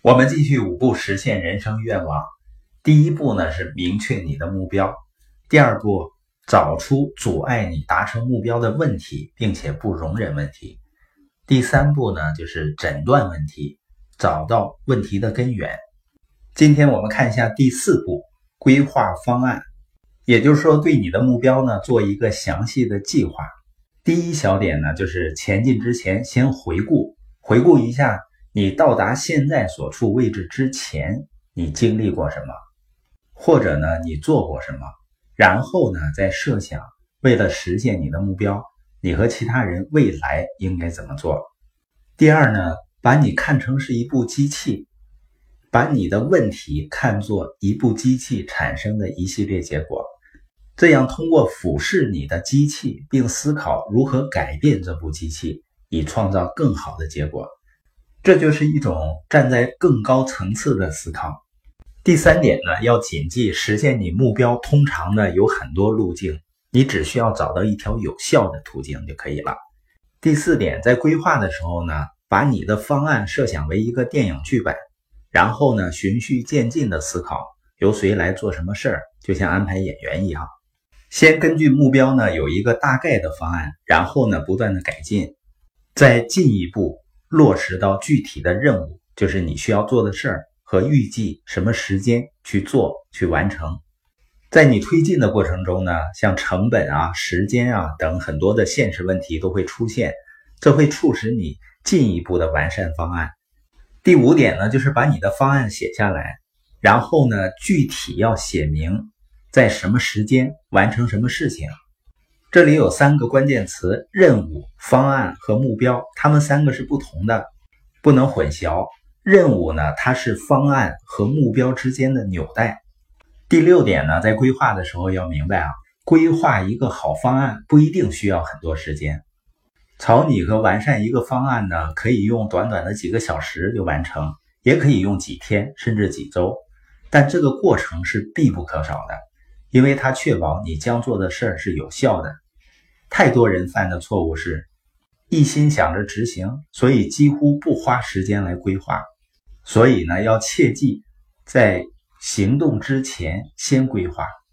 我们继续5步实现人生愿望。第一步呢是明确你的目标，第二步找出阻碍你达成目标的问题，并且不容忍问题。第三步呢就是诊断问题，找到问题的根源。今天我们看一下第4步，规划方案，也就是说对你的目标呢做一个详细的计划。第一小点呢就是前进之前先回顾一下你到达现在所处位置之前你经历过什么，或者呢你做过什么，然后呢再设想为了实现你的目标，你和其他人未来应该怎么做。第二呢，把你看成是一部机器，把你的问题看作一部机器产生的一系列结果，这样通过俯视你的机器并思考如何改变这部机器，以创造更好的结果。这就是一种站在更高层次的思考。第3点呢，要谨记实现你目标通常呢有很多路径，你只需要找到一条有效的途径就可以了。第4点，在规划的时候呢，把你的方案设想为一个电影剧本，然后呢循序渐进的思考由谁来做什么事儿，就像安排演员一样。先根据目标呢有一个大概的方案，然后呢不断的改进，再进一步落实到具体的任务，就是你需要做的事儿和预计什么时间去做去完成。在你推进的过程中呢，像成本啊、时间啊等很多的现实问题都会出现，这会促使你进一步的完善方案。第5点呢，就是把你的方案写下来，然后呢具体要写明在什么时间完成什么事情。这里有3个关键词：任务、方案和目标，它们3个是不同的，不能混淆。任务呢，它是方案和目标之间的纽带。第6点呢，在规划的时候要明白规划一个好方案不一定需要很多时间。草拟和完善一个方案呢，可以用短短的几个小时就完成，也可以用几天甚至几周，但这个过程是必不可少的，因为它确保你将做的事儿是有效的。太多人犯的错误是一心想着执行，所以几乎不花时间来规划。所以呢，要切记在行动之前先规划。